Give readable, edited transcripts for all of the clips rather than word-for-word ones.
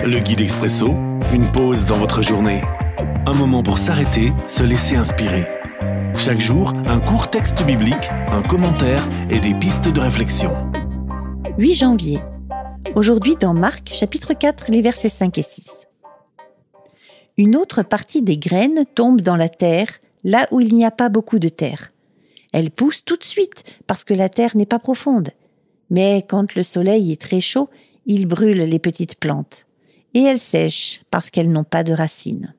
Le guide expresso, une pause dans votre journée. Un moment pour s'arrêter, se laisser inspirer. Chaque jour, un court texte biblique, un commentaire et des pistes de réflexion. 8 janvier. Aujourd'hui dans Marc, chapitre 4, les versets 5 et 6. Une autre partie des graines tombe dans la terre, là où il n'y a pas beaucoup de terre. Elles poussent tout de suite parce que la terre n'est pas profonde. Mais quand le soleil est très chaud, il brûle les petites plantes. Et elles sèchent parce qu'elles n'ont pas de racines.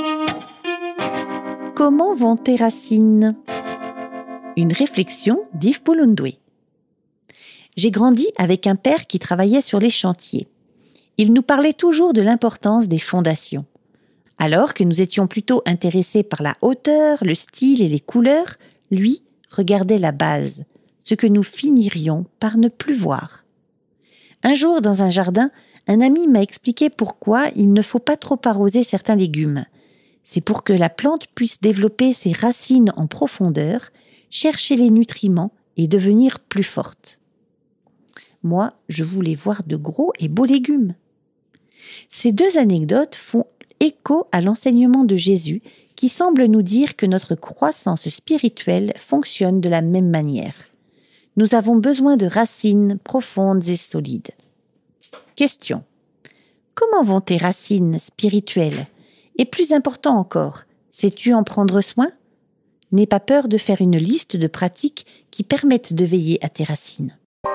Comment vont tes racines ? Une réflexion d'Yves Pulundwe. J'ai grandi avec un père qui travaillait sur les chantiers. Il nous parlait toujours de l'importance des fondations. Alors que nous étions plutôt intéressés par la hauteur, le style et les couleurs, lui regardait la base, ce que nous finirions par ne plus voir. Un jour, dans un jardin, un ami m'a expliqué pourquoi il ne faut pas trop arroser certains légumes. C'est pour que la plante puisse développer ses racines en profondeur, chercher les nutriments et devenir plus forte. Moi, je voulais voir de gros et beaux légumes. Ces deux anecdotes font écho à l'enseignement de Jésus qui semble nous dire que notre croissance spirituelle fonctionne de la même manière. Nous avons besoin de racines profondes et solides. Question. Comment vont tes racines spirituelles ? Et plus important encore, sais-tu en prendre soin ? N'aie pas peur de faire une liste de pratiques qui permettent de veiller à tes racines.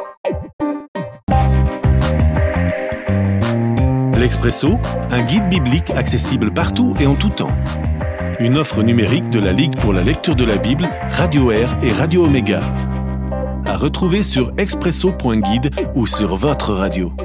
L'Expresso, un guide biblique accessible partout et en tout temps. Une offre numérique de la Ligue pour la lecture de la Bible, Radio Air et Radio Omega. À retrouver sur expresso.guide ou sur votre radio.